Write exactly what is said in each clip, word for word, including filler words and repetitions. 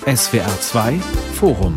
S W R zwei Forum.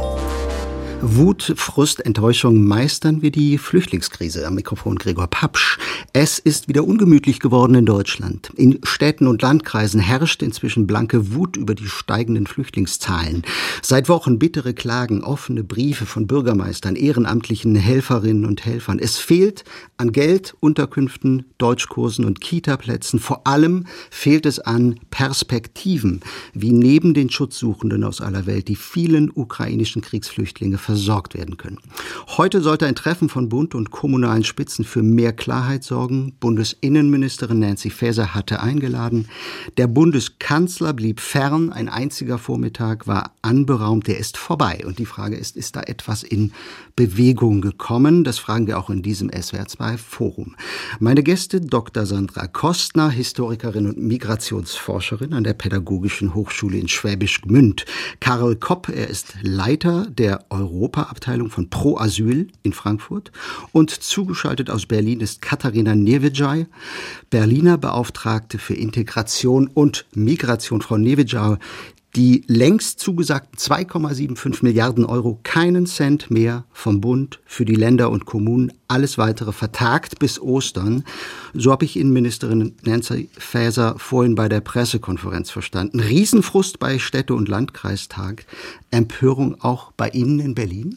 Wut, Frust, Enttäuschung meistern wir die Flüchtlingskrise. Am Mikrofon Gregor Papsch. Es ist wieder ungemütlich geworden in Deutschland. In Städten und Landkreisen herrscht inzwischen blanke Wut über die steigenden Flüchtlingszahlen. Seit Wochen bittere Klagen, offene Briefe von Bürgermeistern, ehrenamtlichen Helferinnen und Helfern. Es fehlt an Geld, Unterkünften, Deutschkursen und Kitaplätzen. Vor allem fehlt es an Perspektiven, wie neben den Schutzsuchenden aus aller Welt die vielen ukrainischen Kriegsflüchtlinge versorgt werden können. Heute sollte ein Treffen von Bund und kommunalen Spitzen für mehr Klarheit sorgen. Bundesinnenministerin Nancy Faeser hatte eingeladen. Der Bundeskanzler blieb fern. Ein einziger Vormittag war anberaumt. Der ist vorbei. Und die Frage ist, ist da etwas in Bewegung gekommen? Das fragen wir auch in diesem S W R zwei Forum. Meine Gäste Doktor Sandra Kostner, Historikerin und Migrationsforscherin an der Pädagogischen Hochschule in Schwäbisch Gmünd. Karl Kopp, er ist Leiter der Europa-Abteilung von Pro Asyl in Frankfurt. Und zugeschaltet aus Berlin ist Katharina Nevedjai, Berliner Beauftragte für Integration und Migration. Frau Nevedjai, die längst zugesagten zwei Komma fünfundsiebzig Milliarden Euro, keinen Cent mehr vom Bund für die Länder und Kommunen, alles weitere vertagt bis Ostern. So habe ich Innenministerin Nancy Faeser vorhin bei der Pressekonferenz verstanden. Riesenfrust bei Städte- und Landkreistag. Empörung auch bei Ihnen in Berlin?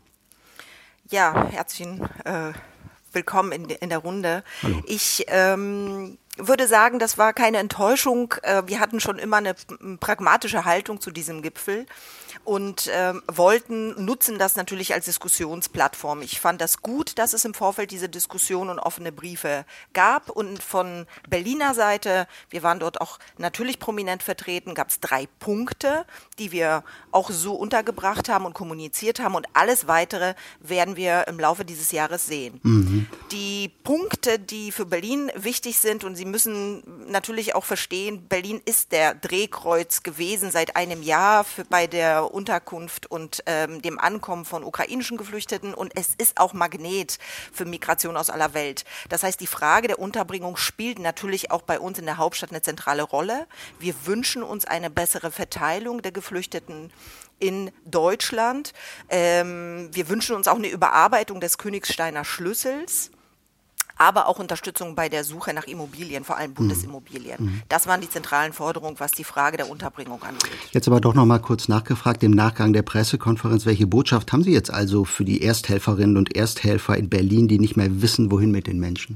Ja, herzlichen äh, Willkommen in, in der Runde. Hallo. Ich ähm, würde sagen, das war keine Enttäuschung. Wir hatten schon immer eine pragmatische Haltung zu diesem Gipfel und ähm, wollten, nutzen das natürlich als Diskussionsplattform. Ich fand das gut, dass es im Vorfeld diese Diskussion und offene Briefe gab. Und von Berliner Seite, wir waren dort auch natürlich prominent vertreten, gab es drei Punkte, die wir auch so untergebracht haben und kommuniziert haben. Und alles Weitere werden wir im Laufe dieses Jahres sehen. Mhm. Die Punkte, die für Berlin wichtig sind, und Sie müssen natürlich auch verstehen, Berlin ist der Drehkreuz gewesen seit einem Jahr für, bei der Unterkunft und ähm, dem Ankommen von ukrainischen Geflüchteten, und es ist auch Magnet für Migration aus aller Welt. Das heißt, die Frage der Unterbringung spielt natürlich auch bei uns in der Hauptstadt eine zentrale Rolle. Wir wünschen uns eine bessere Verteilung der Geflüchteten in Deutschland. Ähm, wir wünschen uns auch eine Überarbeitung des Königsteiner Schlüssels, aber auch Unterstützung bei der Suche nach Immobilien, vor allem Bundesimmobilien. Mhm. Das waren die zentralen Forderungen, was die Frage der Unterbringung angeht. Jetzt aber doch noch mal kurz nachgefragt, im Nachgang der Pressekonferenz, welche Botschaft haben Sie jetzt also für die Ersthelferinnen und Ersthelfer in Berlin, die nicht mehr wissen, wohin mit den Menschen?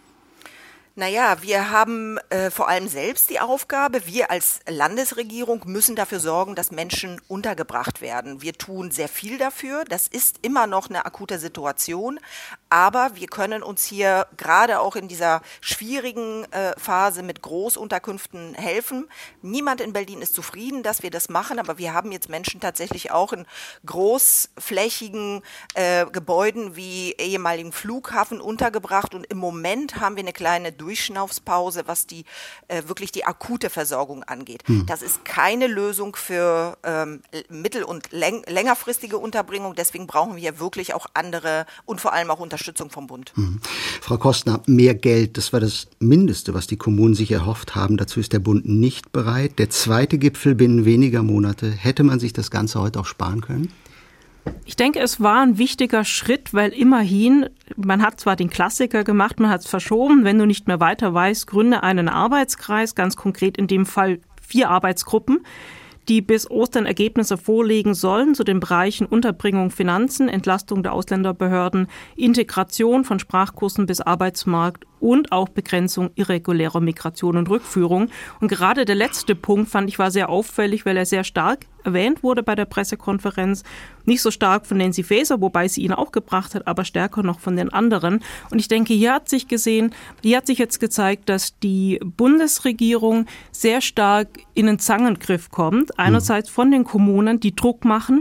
Naja, wir haben äh, vor allem selbst die Aufgabe, wir als Landesregierung müssen dafür sorgen, dass Menschen untergebracht werden. Wir tun sehr viel dafür. Das ist immer noch eine akute Situation, aber wir können uns hier gerade auch in dieser schwierigen äh, Phase mit Großunterkünften helfen. Niemand in Berlin ist zufrieden, dass wir das machen, aber wir haben jetzt Menschen tatsächlich auch in großflächigen äh, Gebäuden wie ehemaligen Flughafen untergebracht, und im Moment haben wir eine kleine Durchschnaufspause, was die äh, wirklich die akute Versorgung angeht. Hm. Das ist keine Lösung für ähm, mittel- und läng- längerfristige Unterbringung. Deswegen brauchen wir wirklich auch andere und vor allem auch Unterstützung vom Bund. Hm. Frau Kostner, mehr Geld, das war das Mindeste, was die Kommunen sich erhofft haben. Dazu ist der Bund nicht bereit. Der zweite Gipfel binnen weniger Monate. Hätte man sich das Ganze heute auch sparen können? Ich denke, es war ein wichtiger Schritt, weil immerhin, man hat zwar den Klassiker gemacht, man hat es verschoben, wenn du nicht mehr weiter weißt, gründe einen Arbeitskreis, ganz konkret in dem Fall vier Arbeitsgruppen, die bis Ostern Ergebnisse vorlegen sollen zu den Bereichen Unterbringung, Finanzen, Entlastung der Ausländerbehörden, Integration von Sprachkursen bis Arbeitsmarkt und auch Begrenzung irregulärer Migration und Rückführung. Und gerade der letzte Punkt, fand ich, war sehr auffällig, weil er sehr stark erwähnt wurde bei der Pressekonferenz. Nicht so stark von Nancy Faeser, wobei sie ihn auch gebracht hat, aber stärker noch von den anderen. Und ich denke, hier hat sich gesehen, hier hat sich jetzt gezeigt, dass die Bundesregierung sehr stark in den Zangengriff kommt. Einerseits von den Kommunen, die Druck machen.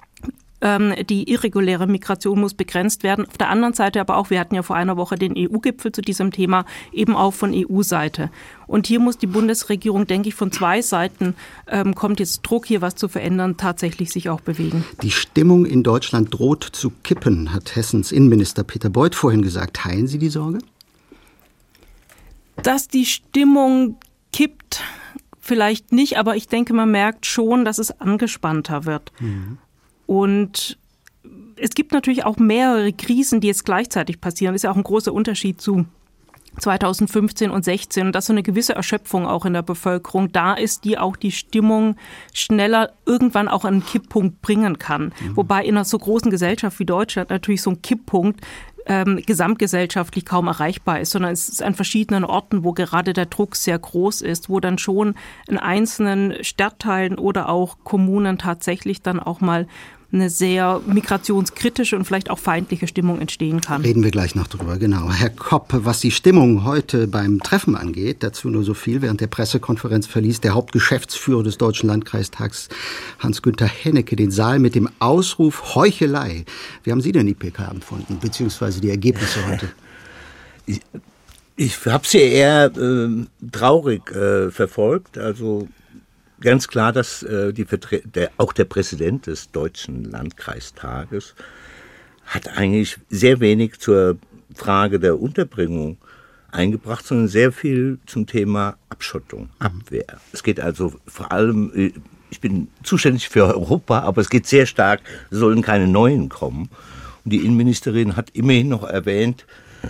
Die irreguläre Migration muss begrenzt werden. Auf der anderen Seite aber auch, wir hatten ja vor einer Woche den E U-Gipfel zu diesem Thema, eben auch von E U-Seite. Und hier muss die Bundesregierung, denke ich, von zwei Seiten, ähm, kommt jetzt Druck, hier was zu verändern, tatsächlich sich auch bewegen. Die Stimmung in Deutschland droht zu kippen, hat Hessens Innenminister Peter Beuth vorhin gesagt. Teilen Sie die Sorge? Dass die Stimmung kippt, vielleicht nicht, aber ich denke, man merkt schon, dass es angespannter wird. Mhm. Und es gibt natürlich auch mehrere Krisen, die jetzt gleichzeitig passieren. Das ist ja auch ein großer Unterschied zu zweitausendfünfzehn und sechzehn. Und dass so eine gewisse Erschöpfung auch in der Bevölkerung da ist, die auch die Stimmung schneller irgendwann auch an einen Kipppunkt bringen kann. Mhm. Wobei in einer so großen Gesellschaft wie Deutschland natürlich so ein Kipppunkt ähm, gesamtgesellschaftlich kaum erreichbar ist, sondern es ist an verschiedenen Orten, wo gerade der Druck sehr groß ist, wo dann schon in einzelnen Stadtteilen oder auch Kommunen tatsächlich dann auch mal eine sehr migrationskritische und vielleicht auch feindliche Stimmung entstehen kann. Reden wir gleich noch drüber, genau. Herr Kopp, was die Stimmung heute beim Treffen angeht, dazu nur so viel. Während der Pressekonferenz verließ der Hauptgeschäftsführer des Deutschen Landkreistags, Hans-Günther Hennecke, den Saal mit dem Ausruf Heuchelei. Wie haben Sie denn die P K empfunden, beziehungsweise die Ergebnisse heute? Ich, ich habe sie eher äh, traurig äh, verfolgt, also ganz klar, dass äh, die Vertre- der, auch der Präsident des Deutschen Landkreistages hat eigentlich sehr wenig zur Frage der Unterbringung eingebracht, sondern sehr viel zum Thema Abschottung, Abwehr. Mhm. Es geht also vor allem, ich bin zuständig für Europa, aber es geht sehr stark, es sollen keine Neuen kommen. Und die Innenministerin hat immerhin noch erwähnt,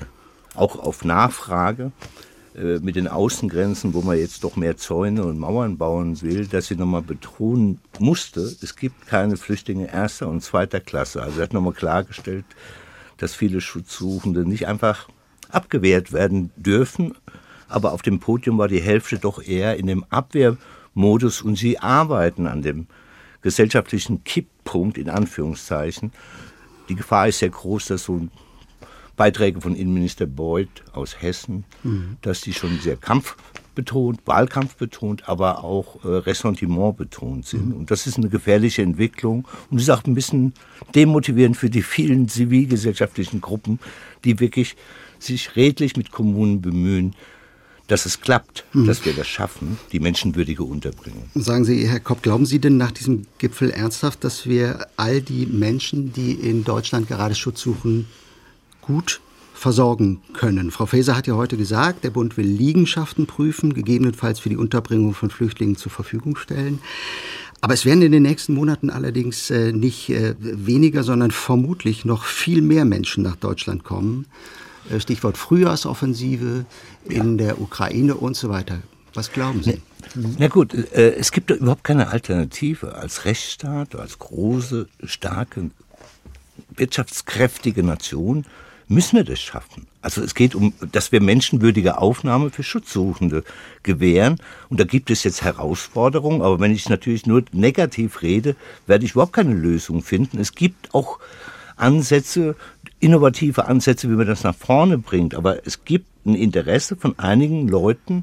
auch auf Nachfrage, mit den Außengrenzen, wo man jetzt doch mehr Zäune und Mauern bauen will, dass sie nochmal betonen musste, es gibt keine Flüchtlinge erster und zweiter Klasse. Also er hat nochmal klargestellt, dass viele Schutzsuchende nicht einfach abgewehrt werden dürfen, aber auf dem Podium war die Hälfte doch eher in dem Abwehrmodus und sie arbeiten an dem gesellschaftlichen Kipppunkt, in Anführungszeichen. Die Gefahr ist sehr groß, dass so ein Beiträge von Innenminister Beuth aus Hessen, mhm. dass die schon sehr kampfbetont, Wahlkampfbetont, aber auch äh, Ressentiment betont sind. Mhm. Und das ist eine gefährliche Entwicklung und es ist auch ein bisschen demotivierend für die vielen zivilgesellschaftlichen Gruppen, die wirklich sich redlich mit Kommunen bemühen, dass es klappt, mhm. dass wir das schaffen, die menschenwürdige Unterbringung. Sagen Sie, Herr Kopp, glauben Sie denn nach diesem Gipfel ernsthaft, dass wir all die Menschen, die in Deutschland gerade Schutz suchen, gut versorgen können? Frau Faeser hat ja heute gesagt, der Bund will Liegenschaften prüfen, gegebenenfalls für die Unterbringung von Flüchtlingen zur Verfügung stellen. Aber es werden in den nächsten Monaten allerdings äh, nicht äh, weniger, sondern vermutlich noch viel mehr Menschen nach Deutschland kommen. Äh, Stichwort Frühjahrsoffensive in ja. der Ukraine und so weiter. Was glauben Sie? Na gut, äh, es gibt doch überhaupt keine Alternative. Als Rechtsstaat, als große, starke, wirtschaftskräftige Nation müssen wir das schaffen. Also es geht um, dass wir menschenwürdige Aufnahme für Schutzsuchende gewähren. Und da gibt es jetzt Herausforderungen. Aber wenn ich natürlich nur negativ rede, werde ich überhaupt keine Lösung finden. Es gibt auch Ansätze, innovative Ansätze, wie man das nach vorne bringt. Aber es gibt ein Interesse von einigen Leuten,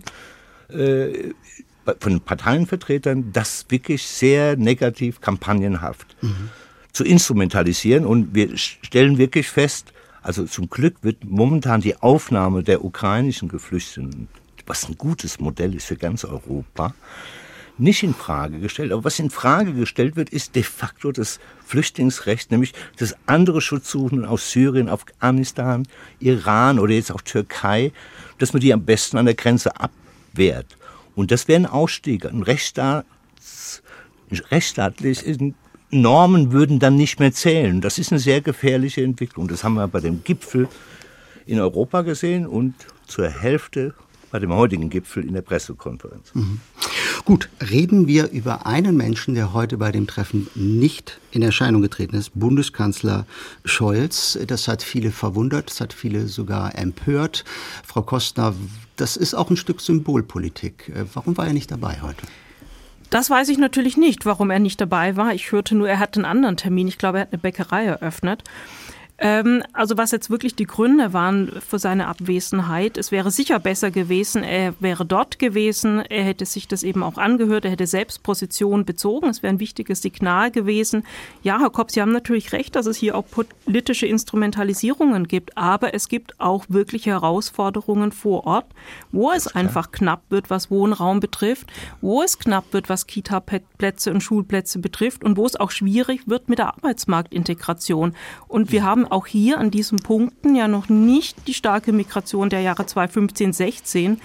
äh, von Parteienvertretern, das wirklich sehr negativ, kampagnenhaft mhm. zu instrumentalisieren. Und wir stellen wirklich fest, also zum Glück wird momentan die Aufnahme der ukrainischen Geflüchteten, was ein gutes Modell ist für ganz Europa, nicht in Frage gestellt. Aber was in Frage gestellt wird, ist de facto das Flüchtlingsrecht, nämlich dass andere Schutzsuchenden aus Syrien, Afghanistan, Iran oder jetzt auch Türkei, dass man die am besten an der Grenze abwehrt. Und das wäre ein Ausstieg, ein Rechtsstaats, rechtsstaatlich Normen würden dann nicht mehr zählen. Das ist eine sehr gefährliche Entwicklung. Das haben wir bei dem Gipfel in Europa gesehen und zur Hälfte bei dem heutigen Gipfel in der Pressekonferenz. Mhm. Gut, reden wir über einen Menschen, der heute bei dem Treffen nicht in Erscheinung getreten ist, Bundeskanzler Scholz. Das hat viele verwundert, das hat viele sogar empört. Frau Kostner, das ist auch ein Stück Symbolpolitik. Warum war er nicht dabei heute? Das weiß ich natürlich nicht, warum er nicht dabei war. Ich hörte nur, er hat einen anderen Termin. Ich glaube, er hat eine Bäckerei eröffnet. Ähm, also was jetzt wirklich die Gründe waren für seine Abwesenheit, es wäre sicher besser gewesen, er wäre dort gewesen, er hätte sich das eben auch angehört, er hätte selbst Position bezogen, es wäre ein wichtiges Signal gewesen. Ja, Herr Kopp, Sie haben natürlich recht, dass es hier auch politische Instrumentalisierungen gibt, aber es gibt auch wirkliche Herausforderungen vor Ort, wo es einfach knapp wird, was Wohnraum betrifft, wo es knapp wird, was Kita-Plätze und Schulplätze betrifft und wo es auch schwierig wird mit der Arbeitsmarktintegration. Und wir haben auch hier an diesen Punkten ja noch nicht die starke Migration der Jahre zweitausendfünfzehn sechzehn.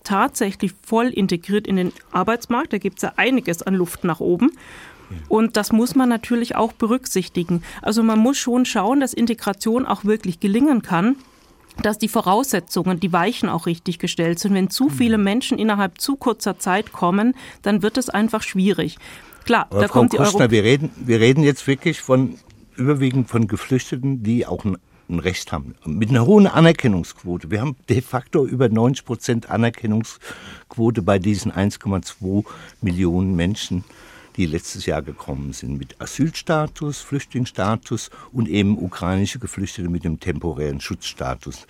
tatsächlich voll integriert in den Arbeitsmarkt. Da gibt es ja einiges an Luft nach oben. Und das muss man natürlich auch berücksichtigen. Also man muss schon schauen, dass Integration auch wirklich gelingen kann, dass die Voraussetzungen, die Weichen auch richtig gestellt sind. Wenn zu viele Menschen innerhalb zu kurzer Zeit kommen, dann wird es einfach schwierig. Klar, aber da Frau kommt die Kostner, Europa- wir reden, wir reden jetzt wirklich von überwiegend von Geflüchteten, die auch ein, ein Recht haben. Mit einer hohen Anerkennungsquote. Wir haben de facto über neunzig Prozent Anerkennungsquote bei diesen eins Komma zwei Millionen Menschen, die letztes Jahr gekommen sind, mit Asylstatus, Flüchtlingsstatus und eben ukrainische Geflüchtete mit dem temporären Schutzstatus.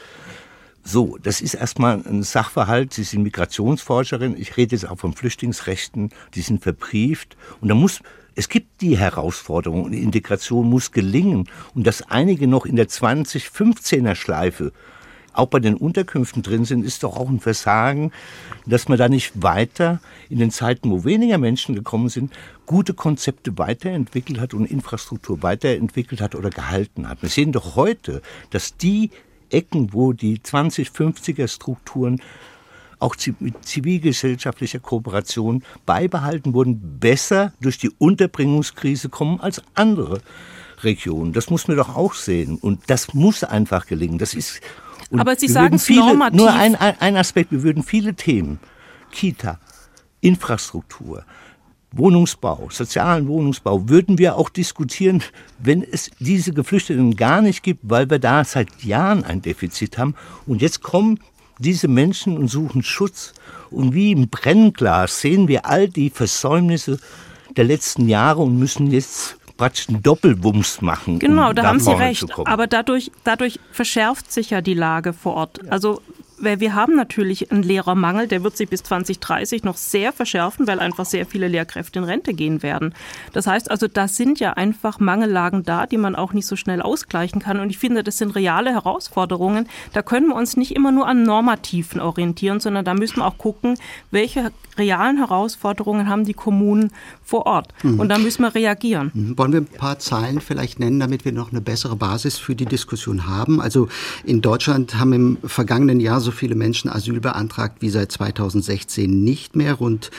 So, das ist erstmal ein Sachverhalt. Sie sind Migrationsforscherin. Ich rede jetzt auch von Flüchtlingsrechten. Die sind verbrieft. Und da muss, es gibt die Herausforderung und die Integration muss gelingen. Und dass einige noch in der zwanzig fünfzehner Schleife auch bei den Unterkünften drin sind, ist doch auch ein Versagen, dass man da nicht weiter in den Zeiten, wo weniger Menschen gekommen sind, gute Konzepte weiterentwickelt hat und Infrastruktur weiterentwickelt hat oder gehalten hat. Wir sehen doch heute, dass die Ecken, wo die zwanzig fünfziger Strukturen auch mit zivilgesellschaftlicher Kooperation beibehalten wurden, besser durch die Unterbringungskrise kommen als andere Regionen. Das muss man doch auch sehen. Und das muss einfach gelingen. Das ist Und aber Sie sagen es normativ. Nur ein, ein Aspekt, wir würden viele Themen, Kita, Infrastruktur, Wohnungsbau, sozialen Wohnungsbau, würden wir auch diskutieren, wenn es diese Geflüchteten gar nicht gibt, weil wir da seit Jahren ein Defizit haben. Und jetzt kommen diese Menschen und suchen Schutz. Und wie im Brennglas sehen wir all die Versäumnisse der letzten Jahre und müssen jetzt praktisch einen Doppelwumms machen. Genau, um da da haben Sie vorne recht. zu kommen. Aber dadurch, dadurch verschärft sich ja die Lage vor Ort. Also weil wir haben natürlich einen Lehrermangel, der wird sich bis zwanzig dreißig noch sehr verschärfen, weil einfach sehr viele Lehrkräfte in Rente gehen werden. Das heißt also, da sind ja einfach Mangellagen da, die man auch nicht so schnell ausgleichen kann. Und ich finde, das sind reale Herausforderungen. Da können wir uns nicht immer nur an Normativen orientieren, sondern da müssen wir auch gucken, welche realen Herausforderungen haben die Kommunen vor Ort. Mhm. Und da müssen wir reagieren. Mhm. Wollen wir ein paar Zahlen vielleicht nennen, damit wir noch eine bessere Basis für die Diskussion haben? Also in Deutschland haben im vergangenen Jahr so viele Menschen Asyl beantragt wie seit zweitausendsechzehn nicht mehr, rund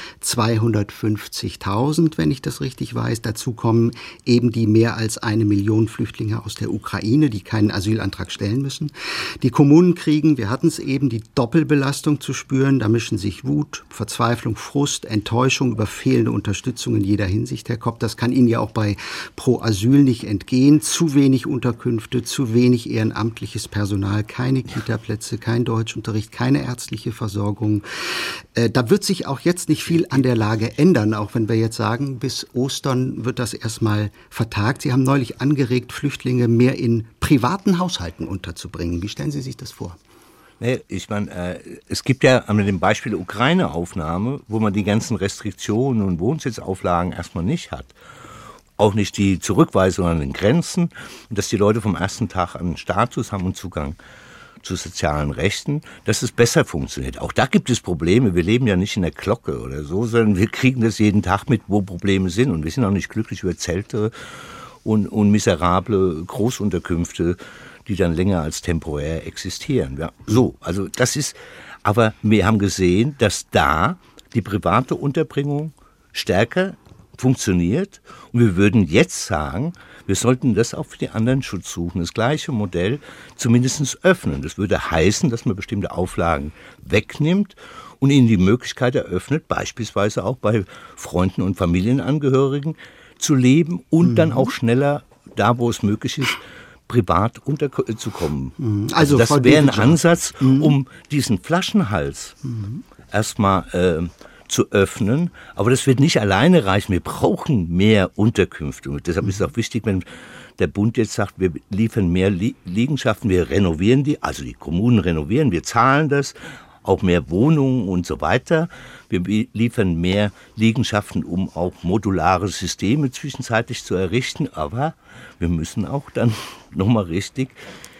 zweihundertfünfzigtausend, wenn ich das richtig weiß. Dazu kommen eben die mehr als eine Million Flüchtlinge aus der Ukraine, die keinen Asylantrag stellen müssen. Die Kommunen kriegen, wir hatten es eben, die Doppelbelastung zu spüren. Da mischen sich Wut, Verzweiflung, Frust, Enttäuschung über fehlende Unterstützung in jeder Hinsicht, Herr Kopp. Das kann Ihnen ja auch bei Pro Asyl nicht entgehen. Zu wenig Unterkünfte, zu wenig ehrenamtliches Personal, keine Kitaplätze, kein Deutschunterricht, keine ärztliche Versorgung. Äh, da wird sich auch jetzt nicht viel an der Lage ändern, auch wenn wir jetzt sagen, bis Ostern wird das erstmal vertagt. Sie haben neulich angeregt, Flüchtlinge mehr in privaten Haushalten unterzubringen. Wie stellen Sie sich das vor? Nee, ich meine, äh, es gibt ja mit dem Beispiel Ukraine-Aufnahme, wo man die ganzen Restriktionen und Wohnsitzauflagen erstmal nicht hat. Auch nicht die Zurückweisung an den Grenzen und dass die Leute vom ersten Tag einen Status haben und Zugang zu sozialen Rechten, dass es besser funktioniert. Auch da gibt es Probleme. Wir leben ja nicht in der Glocke oder so, sondern wir kriegen das jeden Tag mit, wo Probleme sind. Und wir sind auch nicht glücklich über Zelte und, und miserable Großunterkünfte, die dann länger als temporär existieren. Ja, so, also das ist, aber wir haben gesehen, dass da die private Unterbringung stärker funktioniert. Und wir würden jetzt sagen, wir sollten das auch für die anderen Schutz suchen, das gleiche Modell zumindest öffnen. Das würde heißen, dass man bestimmte Auflagen wegnimmt und ihnen die Möglichkeit eröffnet, beispielsweise auch bei Freunden und Familienangehörigen zu leben und mhm. dann auch schneller, da wo es möglich ist, privat unterzukommen. Mhm. Also, also das wäre ein Ansatz, mhm. um diesen Flaschenhals mhm. erstmal äh, zu öffnen, aber das wird nicht alleine reichen. Wir brauchen mehr Unterkünfte. Und deshalb ist es auch wichtig, wenn der Bund jetzt sagt, wir liefern mehr Liegenschaften, wir renovieren die, also die Kommunen renovieren, wir zahlen das, auch mehr Wohnungen und so weiter. Wir liefern mehr Liegenschaften, um auch modulare Systeme zwischenzeitlich zu errichten, aber wir müssen auch dann nochmal richtig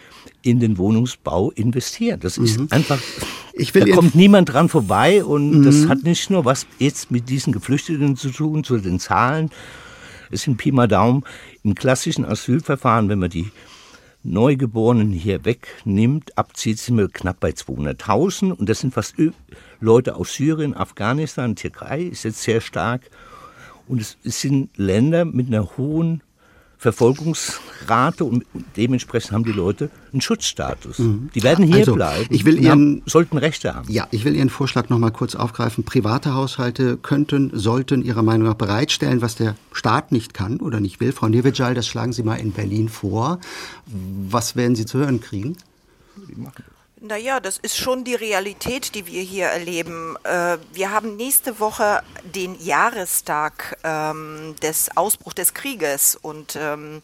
in den Wohnungsbau investieren. Das ist mhm. einfach, ich will da kommt niemand dran vorbei und mhm. das hat nicht nur was jetzt mit diesen Geflüchteten zu tun, zu den Zahlen. Es sind Pi mal Daumen im klassischen Asylverfahren, wenn man die Neugeborenen hier wegnimmt, abzieht, sind wir knapp bei zweihunderttausend. Und das sind fast Leute aus Syrien, Afghanistan, Türkei ist jetzt sehr stark. Und es, es sind Länder mit einer hohen Verfolgungsrate und dementsprechend haben die Leute einen Schutzstatus. Mhm. Die werden hier also, bleiben ich will und Ihren, haben, sollten Rechte haben. Ja, ich will Ihren Vorschlag noch mal kurz aufgreifen. Private Haushalte könnten, sollten Ihrer Meinung nach bereitstellen, was der Staat nicht kann oder nicht will. Frau Nevedjal, das schlagen Sie mal in Berlin vor. Was werden Sie zu hören kriegen? Die machen das. Naja, das ist schon die Realität, die wir hier erleben. Wir haben nächste Woche den Jahrestag des Ausbruchs des Krieges und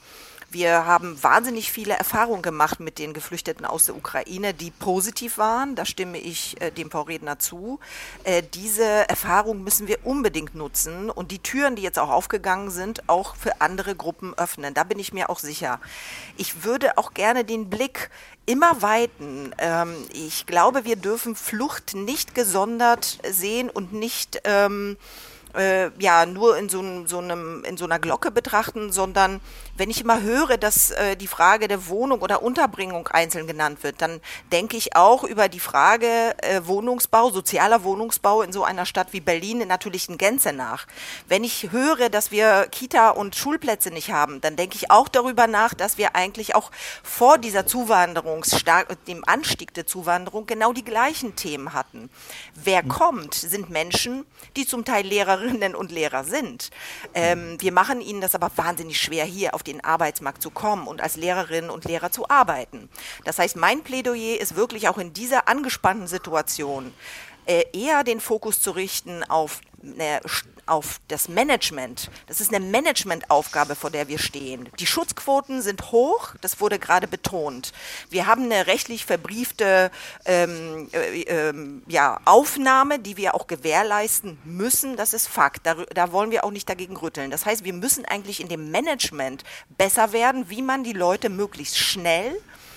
wir haben wahnsinnig viele Erfahrungen gemacht mit den Geflüchteten aus der Ukraine, die positiv waren. Da stimme ich äh, dem Vorredner zu. Äh, diese Erfahrung müssen wir unbedingt nutzen und die Türen, die jetzt auch aufgegangen sind, auch für andere Gruppen öffnen. Da bin ich mir auch sicher. Ich würde auch gerne den Blick immer weiten. Ähm, ich glaube, wir dürfen Flucht nicht gesondert sehen und nicht ähm, äh, ja nur in so, so einem in so einer Glocke betrachten, sondern wenn ich immer höre, dass äh, die Frage der Wohnung oder Unterbringung einzeln genannt wird, dann denke ich auch über die Frage äh, Wohnungsbau, sozialer Wohnungsbau in so einer Stadt wie Berlin natürlich in Gänze nach. Wenn ich höre, dass wir Kita- und Schulplätze nicht haben, dann denke ich auch darüber nach, dass wir eigentlich auch vor dieser Zuwanderung, dem Anstieg der Zuwanderung, genau die gleichen Themen hatten. Wer mhm. kommt, sind Menschen, die zum Teil Lehrerinnen und Lehrer sind. Ähm, wir machen ihnen das aber wahnsinnig schwer, hier auf den Arbeitsmarkt zu kommen und als Lehrerinnen und Lehrer zu arbeiten. Das heißt, mein Plädoyer ist wirklich auch in dieser angespannten Situation äh, eher den Fokus zu richten auf, äh, auf das Management. Das ist eine Managementaufgabe, vor der wir stehen. Die Schutzquoten sind hoch, das wurde gerade betont. Wir haben eine rechtlich verbriefte ähm, äh, äh, ja, Aufnahme, die wir auch gewährleisten müssen. Das ist Fakt. Da, da wollen wir auch nicht dagegen rütteln. Das heißt, wir müssen eigentlich in dem Management besser werden, wie man die Leute möglichst schnell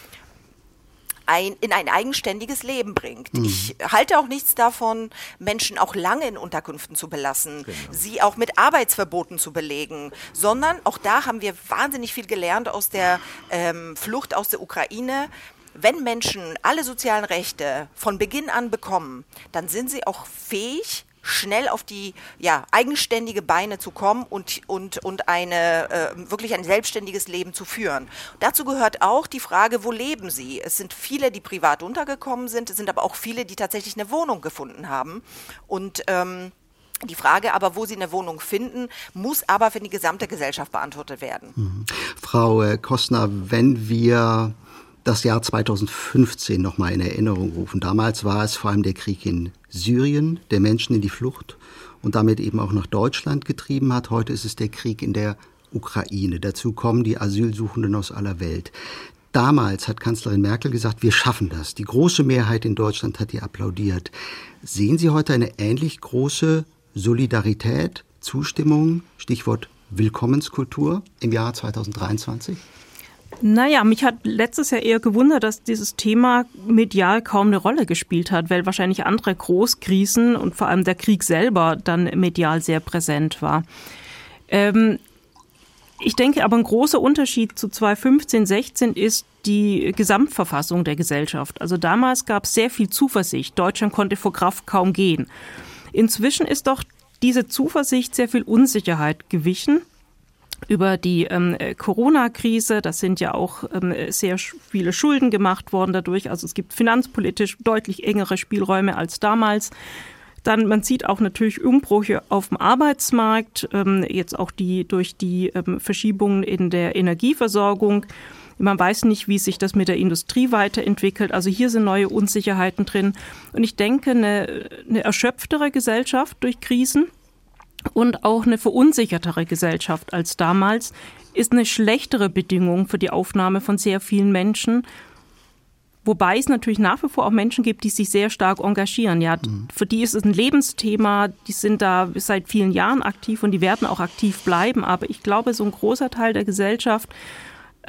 Ein, in ein eigenständiges Leben bringt. Mhm. Ich halte auch nichts davon, Menschen auch lange in Unterkünften zu belassen, genau. sie auch mit Arbeitsverboten zu belegen, sondern auch da haben wir wahnsinnig viel gelernt aus der ähm, Flucht aus der Ukraine. Wenn Menschen alle sozialen Rechte von Beginn an bekommen, dann sind sie auch fähig, schnell auf die ja, eigenständige Beine zu kommen und, und, und eine, äh, wirklich ein selbstständiges Leben zu führen. Dazu gehört auch die Frage, wo leben sie? Es sind viele, die privat untergekommen sind, es sind aber auch viele, die tatsächlich eine Wohnung gefunden haben. Und ähm, die Frage aber, wo sie eine Wohnung finden, muss aber für die gesamte Gesellschaft beantwortet werden. Mhm. Frau äh, Kostner, wenn wir das Jahr zweitausendfünfzehn noch mal in Erinnerung rufen. Damals war es vor allem der Krieg in Syrien, der Menschen in die Flucht und damit eben auch nach Deutschland getrieben hat. Heute ist es der Krieg in der Ukraine. Dazu kommen die Asylsuchenden aus aller Welt. Damals hat Kanzlerin Merkel gesagt, wir schaffen das. Die große Mehrheit in Deutschland hat ihr applaudiert. Sehen Sie heute eine ähnlich große Solidarität, Zustimmung, Stichwort Willkommenskultur im Jahr zweitausenddreiundzwanzig? Naja, mich hat letztes Jahr eher gewundert, dass dieses Thema medial kaum eine Rolle gespielt hat, weil wahrscheinlich andere Großkrisen und vor allem der Krieg selber dann medial sehr präsent war. Ähm, ich denke aber, ein großer Unterschied zu zweitausendfünfzehn, sechzehn ist die Gesamtverfassung der Gesellschaft. Also damals gab es sehr viel Zuversicht. Deutschland konnte vor Kraft kaum gehen. Inzwischen ist doch diese Zuversicht sehr viel Unsicherheit gewichen. Über die ähm, Corona-Krise, das sind ja auch ähm, sehr viele Schulden gemacht worden dadurch. Also es gibt finanzpolitisch deutlich engere Spielräume als damals. Dann, man sieht auch natürlich Umbrüche auf dem Arbeitsmarkt, ähm, jetzt auch die durch die ähm, Verschiebungen in der Energieversorgung. Man weiß nicht, wie sich das mit der Industrie weiterentwickelt. Also hier sind neue Unsicherheiten drin. Und ich denke, eine, eine erschöpftere Gesellschaft durch Krisen und auch eine verunsichertere Gesellschaft als damals ist eine schlechtere Bedingung für die Aufnahme von sehr vielen Menschen. Wobei es natürlich nach wie vor auch Menschen gibt, die sich sehr stark engagieren. Ja, mhm. Für die ist es ein Lebensthema, die sind da seit vielen Jahren aktiv und die werden auch aktiv bleiben. Aber ich glaube, so ein großer Teil der Gesellschaft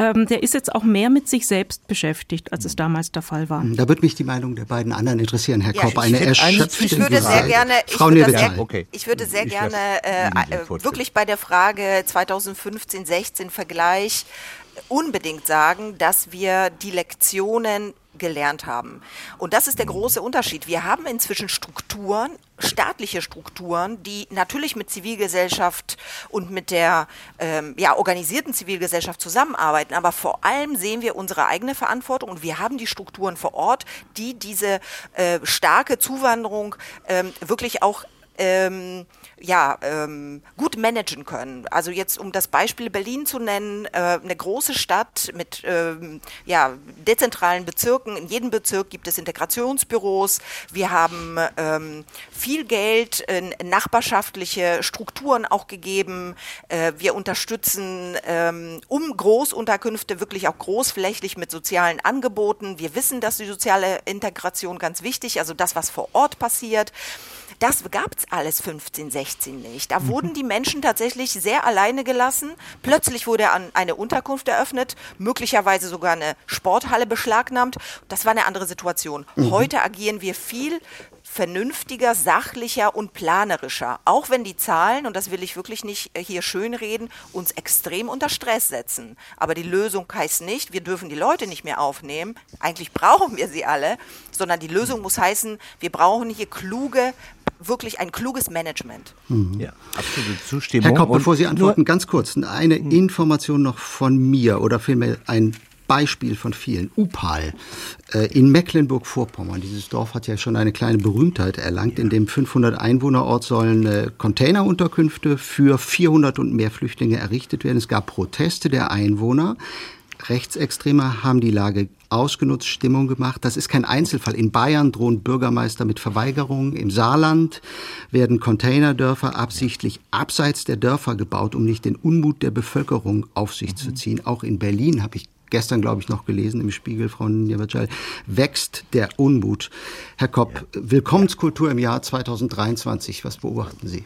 ähm, der ist jetzt auch mehr mit sich selbst beschäftigt, als es damals der Fall war. Da würde mich die Meinung der beiden anderen interessieren, Herr Ja, Kopp. Eine ich, erschöpfte ich würde sehr gerne, ich Frau würde sehr, okay. ich würde sehr Ich gerne lasse äh, äh, wirklich bei der Frage zweitausendfünfzehn sechzehn Vergleich unbedingt sagen, dass wir die Lektionen gelernt haben. Und das ist der große Unterschied. Wir haben inzwischen Strukturen, staatliche Strukturen, die natürlich mit Zivilgesellschaft und mit der ähm, ja, organisierten Zivilgesellschaft zusammenarbeiten, aber vor allem sehen wir unsere eigene Verantwortung und wir haben die Strukturen vor Ort, die diese äh, starke Zuwanderung ähm, wirklich auch Ähm, ja, ähm, gut managen können. Also jetzt, um das Beispiel Berlin zu nennen, äh, eine große Stadt mit ähm, ja, dezentralen Bezirken. In jedem Bezirk gibt es Integrationsbüros. Wir haben ähm, viel Geld in nachbarschaftliche Strukturen auch gegeben. Äh, wir unterstützen ähm, um Großunterkünfte wirklich auch großflächig mit sozialen Angeboten. Wir wissen, dass die soziale Integration ganz wichtig, also das, was vor Ort passiert. Das gab es alles fünfzehn, sechzehn nicht. Da wurden die Menschen tatsächlich sehr alleine gelassen. Plötzlich wurde eine Unterkunft eröffnet, möglicherweise sogar eine Sporthalle beschlagnahmt. Das war eine andere Situation. Mhm. Heute agieren wir viel vernünftiger, sachlicher und planerischer. Auch wenn die Zahlen, und das will ich wirklich nicht hier schönreden, uns extrem unter Stress setzen. Aber die Lösung heißt nicht, wir dürfen die Leute nicht mehr aufnehmen. Eigentlich brauchen wir sie alle, sondern die Lösung muss heißen, wir brauchen hier kluge, wirklich ein kluges Management. Mhm. Ja, absolute Zustimmung. Herr Kopp, bevor Sie antworten, ganz kurz, eine mhm. Information noch von mir oder vielmehr ein Beispiel von vielen. Upal in Mecklenburg-Vorpommern. Dieses Dorf hat ja schon eine kleine Berühmtheit erlangt. In dem fünfhundert Einwohnerort sollen Containerunterkünfte für vierhundert und mehr Flüchtlinge errichtet werden. Es gab Proteste der Einwohner. Rechtsextreme haben die Lage ausgenutzt, Stimmung gemacht. Das ist kein Einzelfall. In Bayern drohen Bürgermeister mit Verweigerungen. Im Saarland werden Containerdörfer absichtlich abseits der Dörfer gebaut, um nicht den Unmut der Bevölkerung auf sich mhm. zu ziehen. Auch in Berlin habe ich gestern, glaube ich, noch gelesen im Spiegel, Frau Niewatschal, wächst der Unmut. Herr Kopp, ja. Willkommenskultur im Jahr zweitausenddreiundzwanzig. Was beobachten Sie?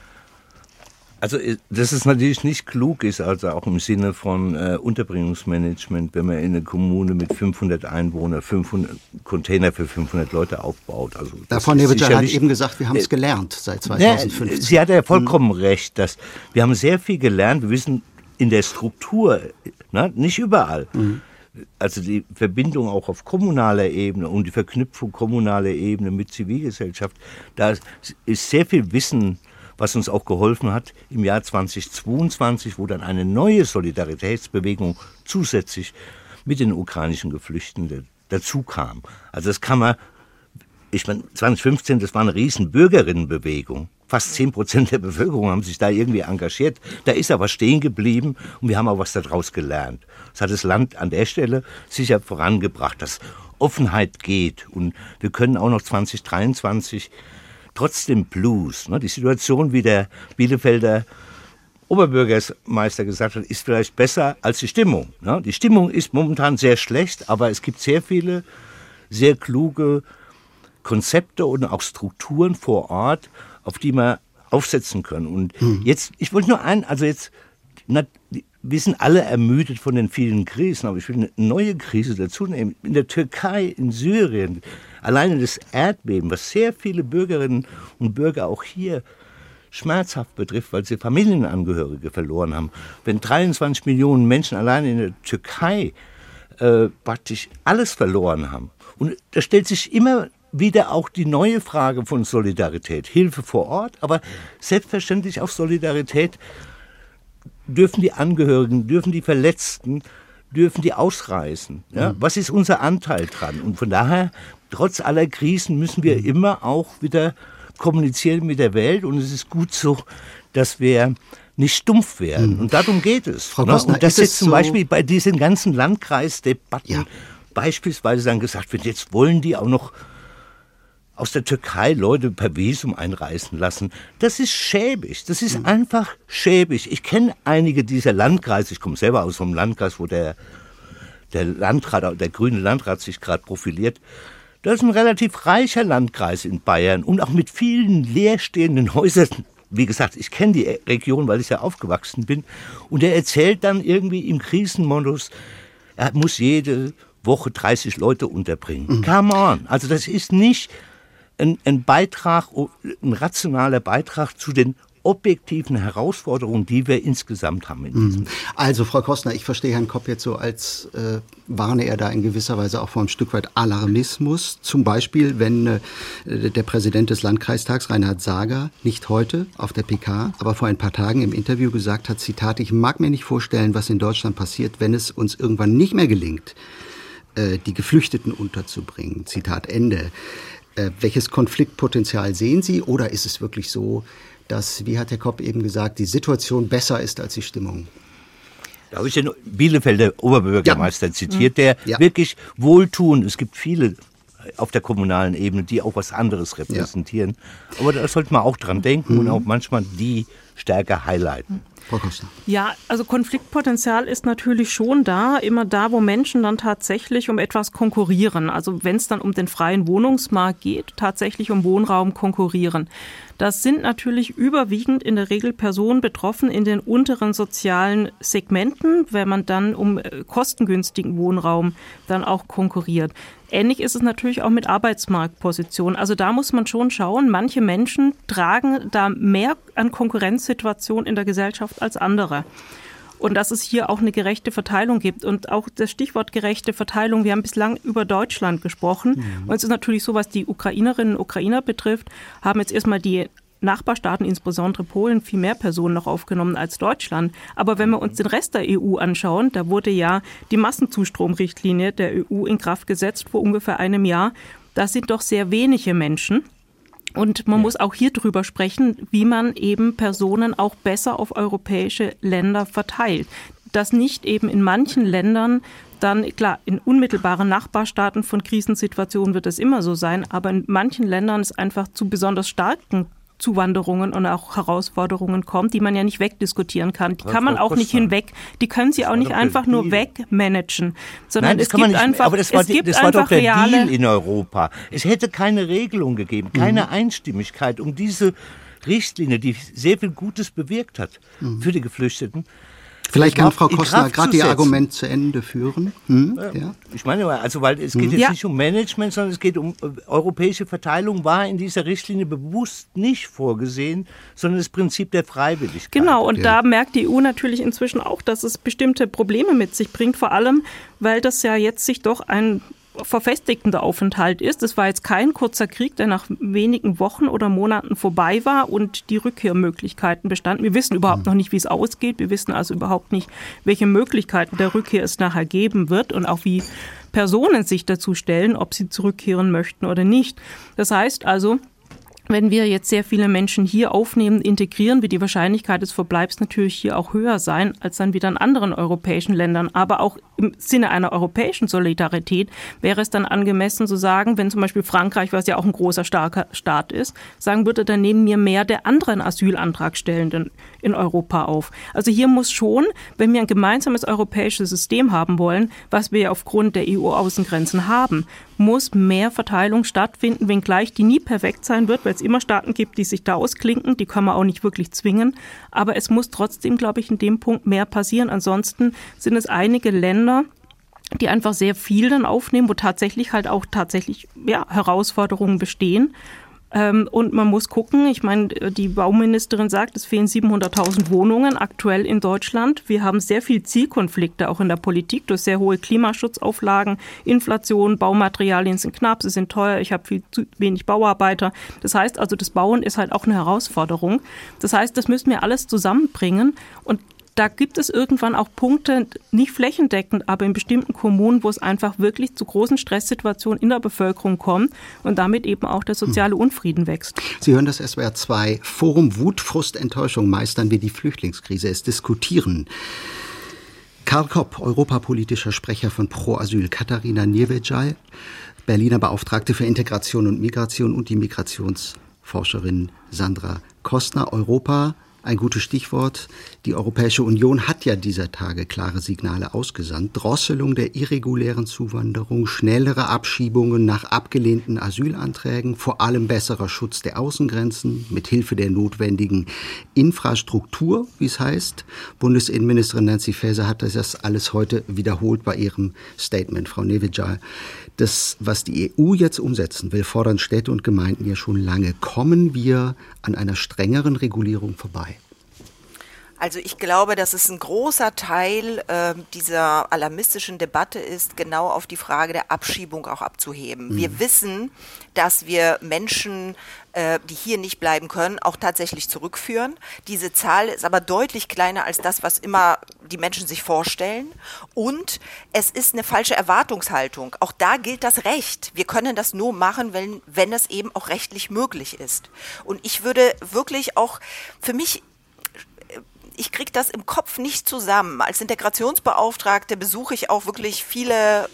Also, dass es natürlich nicht klug ist, also auch im Sinne von äh, Unterbringungsmanagement, wenn man in einer Kommune mit fünfhundert Einwohnern fünfhundert Container für fünfhundert Leute aufbaut. Also Frau Niewatschal hat eben gesagt, wir haben es gelernt seit zweitausendfünfzehn. Ja, sie hat ja vollkommen mhm. recht. Dass wir haben sehr viel gelernt. Wir wissen in der Struktur, ne, nicht überall. Mhm. Also die Verbindung auch auf kommunaler Ebene und die Verknüpfung kommunaler Ebene mit Zivilgesellschaft, da ist sehr viel Wissen, was uns auch geholfen hat im Jahr zweitausendzweiundzwanzig, wo dann eine neue Solidaritätsbewegung zusätzlich mit den ukrainischen Geflüchteten dazu kam. Also das kann man, ich meine, zweitausendfünfzehn, das war eine riesen Bürgerinnenbewegung. Fast zehn Prozent der Bevölkerung haben sich da irgendwie engagiert. Da ist aber stehen geblieben und wir haben auch was daraus gelernt. Das hat das Land an der Stelle sicher vorangebracht, dass Offenheit geht. Und wir können auch noch zweitausenddreiundzwanzig trotzdem Blues, ne, die Situation, wie der Bielefelder Oberbürgermeister gesagt hat, ist vielleicht besser als die Stimmung. Ne? Die Stimmung ist momentan sehr schlecht, aber es gibt sehr viele sehr kluge Konzepte und auch Strukturen vor Ort, auf die man aufsetzen können. Und hm. jetzt, ich wollte nur ein, also jetzt, na, wir sind alle ermüdet von den vielen Krisen, aber ich will eine neue Krise dazu nehmen. In der Türkei, in Syrien, alleine das Erdbeben, was sehr viele Bürgerinnen und Bürger auch hier schmerzhaft betrifft, weil sie Familienangehörige verloren haben. Wenn dreiundzwanzig Millionen Menschen allein in der Türkei äh, praktisch alles verloren haben. Und da stellt sich immer wieder auch die neue Frage von Solidarität. Hilfe vor Ort, aber selbstverständlich auch Solidarität. Dürfen die Angehörigen, dürfen die Verletzten, dürfen die ausreisen? Ja? Mhm. Was ist unser Anteil dran? Und von daher, trotz aller Krisen müssen wir mhm. immer auch wieder kommunizieren mit der Welt. Und es ist gut so, dass wir nicht stumpf werden. Mhm. Und darum geht es. Frau Kostner, und das ist jetzt zum so Beispiel bei diesen ganzen Landkreisdebatten ja. beispielsweise dann gesagt wird, jetzt wollen die auch noch aus der Türkei Leute per Visum einreisen lassen. Das ist schäbig. Das ist mhm. einfach schäbig. Ich kenne einige dieser Landkreise. Ich komme selber aus einem Landkreis, wo der, der Landrat, der grüne Landrat sich gerade profiliert. Das ist ein relativ reicher Landkreis in Bayern und auch mit vielen leerstehenden Häusern, wie gesagt, ich kenne die Region, weil ich ja aufgewachsen bin. Und er erzählt dann irgendwie im Krisenmodus, er muss jede Woche dreißig Leute unterbringen. Mhm. Come on. Also das ist nicht ein, ein Beitrag, ein rationaler Beitrag zu den objektiven Herausforderungen, die wir insgesamt haben. In diesem also, Frau Kostner, ich verstehe Herrn Kopp jetzt so, als äh, warne er da in gewisser Weise auch vor einem Stück weit Alarmismus. Zum Beispiel, wenn äh, der Präsident des Landkreistags, Reinhard Sager, nicht heute auf der P K, aber vor ein paar Tagen im Interview gesagt hat, Zitat, ich mag mir nicht vorstellen, was in Deutschland passiert, wenn es uns irgendwann nicht mehr gelingt, äh, die Geflüchteten unterzubringen. Zitat Ende. Äh, welches Konfliktpotenzial sehen Sie? Oder ist es wirklich so, dass, wie hat Herr Kopp eben gesagt, die Situation besser ist als die Stimmung? Da habe ich den Bielefelder Oberbürgermeister ja. zitiert, der ja. wirklich wohltun. Es gibt viele auf der kommunalen Ebene, die auch was anderes repräsentieren. Ja. Aber da sollte man auch dran denken mhm. und auch manchmal die stärker highlighten. Frau Kostner. Ja, also Konfliktpotenzial ist natürlich schon da, immer da, wo Menschen dann tatsächlich um etwas konkurrieren. Also wenn es dann um den freien Wohnungsmarkt geht, tatsächlich um Wohnraum konkurrieren. Das sind natürlich überwiegend in der Regel Personen betroffen in den unteren sozialen Segmenten, wenn man dann um kostengünstigen Wohnraum dann auch konkurriert. Ähnlich ist es natürlich auch mit Arbeitsmarktpositionen. Also da muss man schon schauen, manche Menschen tragen da mehr an Konkurrenzsituationen in der Gesellschaft als andere. Und dass es hier auch eine gerechte Verteilung gibt. Und auch das Stichwort gerechte Verteilung, wir haben bislang über Deutschland gesprochen. Mhm. Und es ist natürlich so, was die Ukrainerinnen und Ukrainer betrifft, haben jetzt erstmal die Nachbarstaaten, insbesondere Polen, viel mehr Personen noch aufgenommen als Deutschland. Aber wenn wir uns den Rest der E U anschauen, da wurde ja die Massenzustromrichtlinie der E U in Kraft gesetzt vor ungefähr einem Jahr. Das sind doch sehr wenige Menschen. Und man ja. muss auch hier drüber sprechen, wie man eben Personen auch besser auf europäische Länder verteilt. Dass nicht eben in manchen Ländern dann, klar, in unmittelbaren Nachbarstaaten von Krisensituationen wird es immer so sein, aber in manchen Ländern es einfach zu besonders starken Zuwanderungen und auch Herausforderungen kommt, die man ja nicht wegdiskutieren kann. Die kann man auch nicht hinweg, die können sie auch nicht einfach nur wegmanagen, sondern es gibt einfach, aber das war, die, das war doch der Deal in Europa. Es hätte keine Regelung gegeben, keine Einstimmigkeit um diese Richtlinie, die sehr viel Gutes bewirkt hat für die Geflüchteten. Vielleicht kann Frau Kostner gerade Ihr Argument zu Ende führen. Hm? Ja. Ja. Ich meine, also weil es geht jetzt ja. nicht um Management, sondern es geht um äh, europäische Verteilung, war in dieser Richtlinie bewusst nicht vorgesehen, sondern das Prinzip der Freiwilligkeit. Genau, und ja. da merkt die E U natürlich inzwischen auch, dass es bestimmte Probleme mit sich bringt, vor allem, weil das ja jetzt sich doch ein verfestigender Aufenthalt ist. Es war jetzt kein kurzer Krieg, der nach wenigen Wochen oder Monaten vorbei war und die Rückkehrmöglichkeiten bestanden. Wir wissen überhaupt noch nicht, wie es ausgeht. Wir wissen also überhaupt nicht, welche Möglichkeiten der Rückkehr es nachher geben wird und auch wie Personen sich dazu stellen, ob sie zurückkehren möchten oder nicht. Das heißt also, wenn wir jetzt sehr viele Menschen hier aufnehmen, integrieren, wird die Wahrscheinlichkeit des Verbleibs natürlich hier auch höher sein, als dann wieder in anderen europäischen Ländern. Aber auch im Sinne einer europäischen Solidarität wäre es dann angemessen zu sagen, wenn zum Beispiel Frankreich, was ja auch ein großer, starker Staat ist, sagen würde, dann nehmen wir mehr der anderen Asylantragstellenden in Europa auf. Also hier muss schon, wenn wir ein gemeinsames europäisches System haben wollen, was wir aufgrund der E U-Außengrenzen haben, muss mehr Verteilung stattfinden, wenngleich die nie perfekt sein wird, weil es immer Staaten gibt, die sich da ausklinken, die kann man auch nicht wirklich zwingen. Aber es muss trotzdem, glaube ich, in dem Punkt mehr passieren. Ansonsten sind es einige Länder, die einfach sehr viel dann aufnehmen, wo tatsächlich halt auch tatsächlich ja, Herausforderungen bestehen. Und man muss gucken, ich meine, die Bauministerin sagt, es fehlen siebenhunderttausend Wohnungen aktuell in Deutschland. Wir haben sehr viel Zielkonflikte auch in der Politik durch sehr hohe Klimaschutzauflagen, Inflation, Baumaterialien sind knapp, sie sind teuer, ich habe viel zu wenig Bauarbeiter. Das heißt also, das Bauen ist halt auch eine Herausforderung. Das heißt, das müssen wir alles zusammenbringen und da gibt es irgendwann auch Punkte, nicht flächendeckend, aber in bestimmten Kommunen, wo es einfach wirklich zu großen Stresssituationen in der Bevölkerung kommt und damit eben auch der soziale Unfrieden wächst. Sie hören das S W R zwei Forum Wut, Frust, Enttäuschung meistern wir die Flüchtlingskrise. Es diskutieren Karl Kopp, europapolitischer Sprecher von Pro Asyl, Katharina Nierwedschaj, Berliner Beauftragte für Integration und Migration und die Migrationsforscherin Sandra Kostner. Europa Ein gutes Stichwort. Die Europäische Union hat ja dieser Tage klare Signale ausgesandt. Drosselung der irregulären Zuwanderung, schnellere Abschiebungen nach abgelehnten Asylanträgen, vor allem besserer Schutz der Außengrenzen mit Hilfe der notwendigen Infrastruktur, wie es heißt. Bundesinnenministerin Nancy Faeser hat das alles heute wiederholt bei ihrem Statement. Frau Nevejay, das, was die E U jetzt umsetzen will, fordern Städte und Gemeinden ja schon lange. Kommen wir an einer strengeren Regulierung vorbei? Also ich glaube, dass es ein großer Teil äh, dieser alarmistischen Debatte ist, genau auf die Frage der Abschiebung auch abzuheben. Mhm. Wir wissen, dass wir Menschen, äh, die hier nicht bleiben können, auch tatsächlich zurückführen. Diese Zahl ist aber deutlich kleiner als das, was immer die Menschen sich vorstellen. Und es ist eine falsche Erwartungshaltung. Auch da gilt das Recht. Wir können das nur machen, wenn, wenn es eben auch rechtlich möglich ist. Und ich würde wirklich auch für mich... Ich kriege das im Kopf nicht zusammen. Als Integrationsbeauftragte besuche ich auch wirklich viele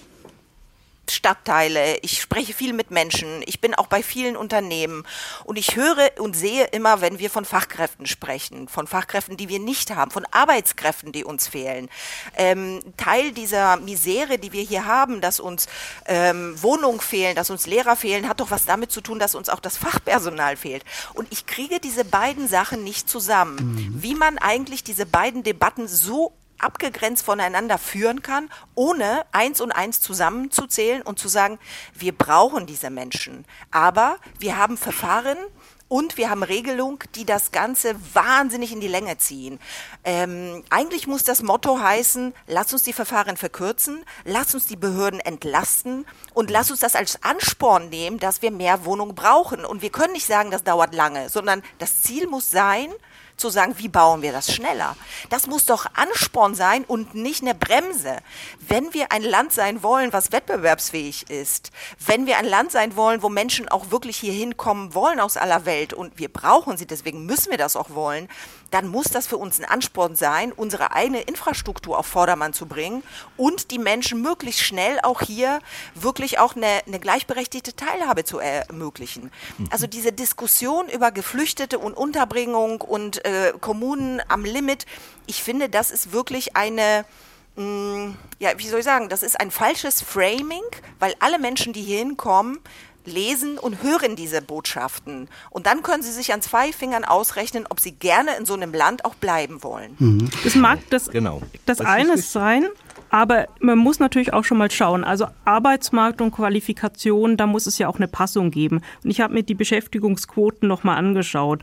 Stadtteile, ich spreche viel mit Menschen, ich bin auch bei vielen Unternehmen und ich höre und sehe immer, wenn wir von Fachkräften sprechen, von Fachkräften, die wir nicht haben, von Arbeitskräften, die uns fehlen. Ähm, Teil dieser Misere, die wir hier haben, dass uns ähm, Wohnungen fehlen, dass uns Lehrer fehlen, hat doch was damit zu tun, dass uns auch das Fachpersonal fehlt. Und ich kriege diese beiden Sachen nicht zusammen. Mhm. Wie man eigentlich diese beiden Debatten so abgegrenzt voneinander führen kann, ohne eins und eins zusammenzuzählen und zu sagen, wir brauchen diese Menschen. Aber wir haben Verfahren und wir haben Regelungen, die das Ganze wahnsinnig in die Länge ziehen. Ähm, eigentlich muss das Motto heißen, lass uns die Verfahren verkürzen, lass uns die Behörden entlasten und lass uns das als Ansporn nehmen, dass wir mehr Wohnungen brauchen. Und wir können nicht sagen, das dauert lange, sondern das Ziel muss sein, zu sagen, wie bauen wir das schneller? Das muss doch Ansporn sein und nicht eine Bremse. Wenn wir ein Land sein wollen, was wettbewerbsfähig ist, wenn wir ein Land sein wollen, wo Menschen auch wirklich hier hinkommen wollen aus aller Welt und wir brauchen sie, deswegen müssen wir das auch wollen, dann muss das für uns ein Ansporn sein, unsere eigene Infrastruktur auf Vordermann zu bringen und die Menschen möglichst schnell auch hier wirklich auch eine, eine gleichberechtigte Teilhabe zu ermöglichen. Also diese Diskussion über Geflüchtete und Unterbringung und äh, Kommunen am Limit, ich finde, das ist wirklich eine, mh, ja, wie soll ich sagen, das ist ein falsches Framing, weil alle Menschen, die hier hinkommen, lesen und hören diese Botschaften. Und dann können sie sich an zwei Fingern ausrechnen, ob sie gerne in so einem Land auch bleiben wollen. Mhm. Das mag das, genau. das, das eine sein, aber man muss natürlich auch schon mal schauen. Also Arbeitsmarkt und Qualifikation, da muss es ja auch eine Passung geben. Und ich habe mir die Beschäftigungsquoten nochmal angeschaut.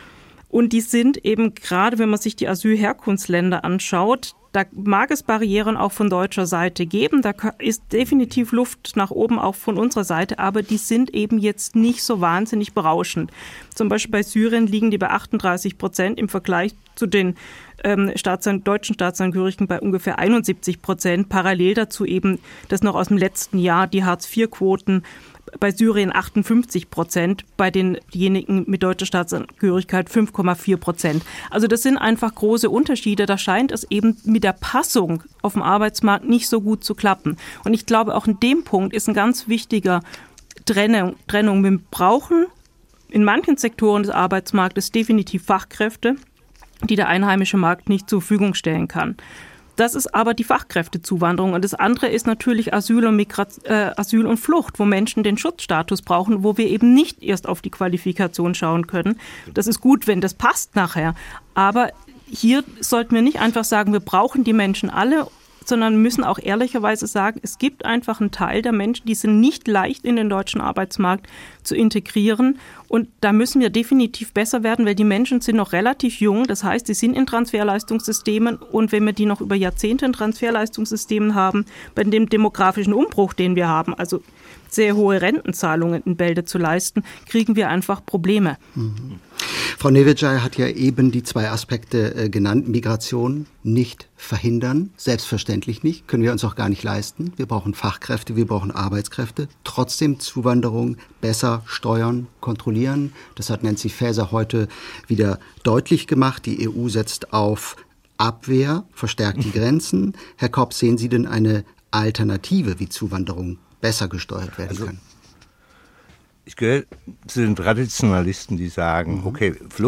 Und die sind eben gerade, wenn man sich die Asylherkunftsländer anschaut, da mag es Barrieren auch von deutscher Seite geben. Da ist definitiv Luft nach oben auch von unserer Seite, aber die sind eben jetzt nicht so wahnsinnig berauschend. Zum Beispiel bei Syrien liegen die bei achtunddreißig Prozent im Vergleich zu den ähm, Staatsan- deutschen Staatsangehörigen bei ungefähr einundsiebzig Prozent. Parallel dazu eben das noch aus dem letzten Jahr, die Hartz vier Quoten. Bei Syrien achtundfünfzig Prozent, bei denjenigen mit deutscher Staatsangehörigkeit fünf Komma vier Prozent. Also das sind einfach große Unterschiede. Da scheint es eben mit der Passung auf dem Arbeitsmarkt nicht so gut zu klappen. Und ich glaube, auch in dem Punkt ist ein ganz wichtiger Trennung. Trennung. Wir brauchen in manchen Sektoren des Arbeitsmarktes definitiv Fachkräfte, die der einheimische Markt nicht zur Verfügung stellen kann. Das ist aber die Fachkräftezuwanderung. Und das andere ist natürlich Asyl und, Migrat- äh, Asyl und Flucht, wo Menschen den Schutzstatus brauchen, wo wir eben nicht erst auf die Qualifikation schauen können. Das ist gut, wenn das passt nachher. Aber hier sollten wir nicht einfach sagen, wir brauchen die Menschen alle, sondern müssen auch ehrlicherweise sagen, es gibt einfach einen Teil der Menschen, die sind nicht leicht in den deutschen Arbeitsmarkt zu integrieren. Und da müssen wir definitiv besser werden, weil die Menschen sind noch relativ jung. Das heißt, sie sind in Transferleistungssystemen. Und wenn wir die noch über Jahrzehnte in Transferleistungssystemen haben, bei dem demografischen Umbruch, den wir haben, also sehr hohe Rentenzahlungen in Bälde zu leisten, kriegen wir einfach Probleme. Mhm. Frau Nevejay hat ja eben die zwei Aspekte äh, genannt. Migration nicht verhindern, selbstverständlich nicht, können wir uns auch gar nicht leisten. Wir brauchen Fachkräfte, wir brauchen Arbeitskräfte. Trotzdem Zuwanderung besser steuern, kontrollieren. Das hat Nancy Faeser heute wieder deutlich gemacht. Die E U setzt auf Abwehr, verstärkt die Grenzen. Herr Kopp, sehen Sie denn eine Alternative, wie Zuwanderung besser gesteuert werden also, kann? Ich gehöre zu den Traditionalisten, die sagen, okay, Flucht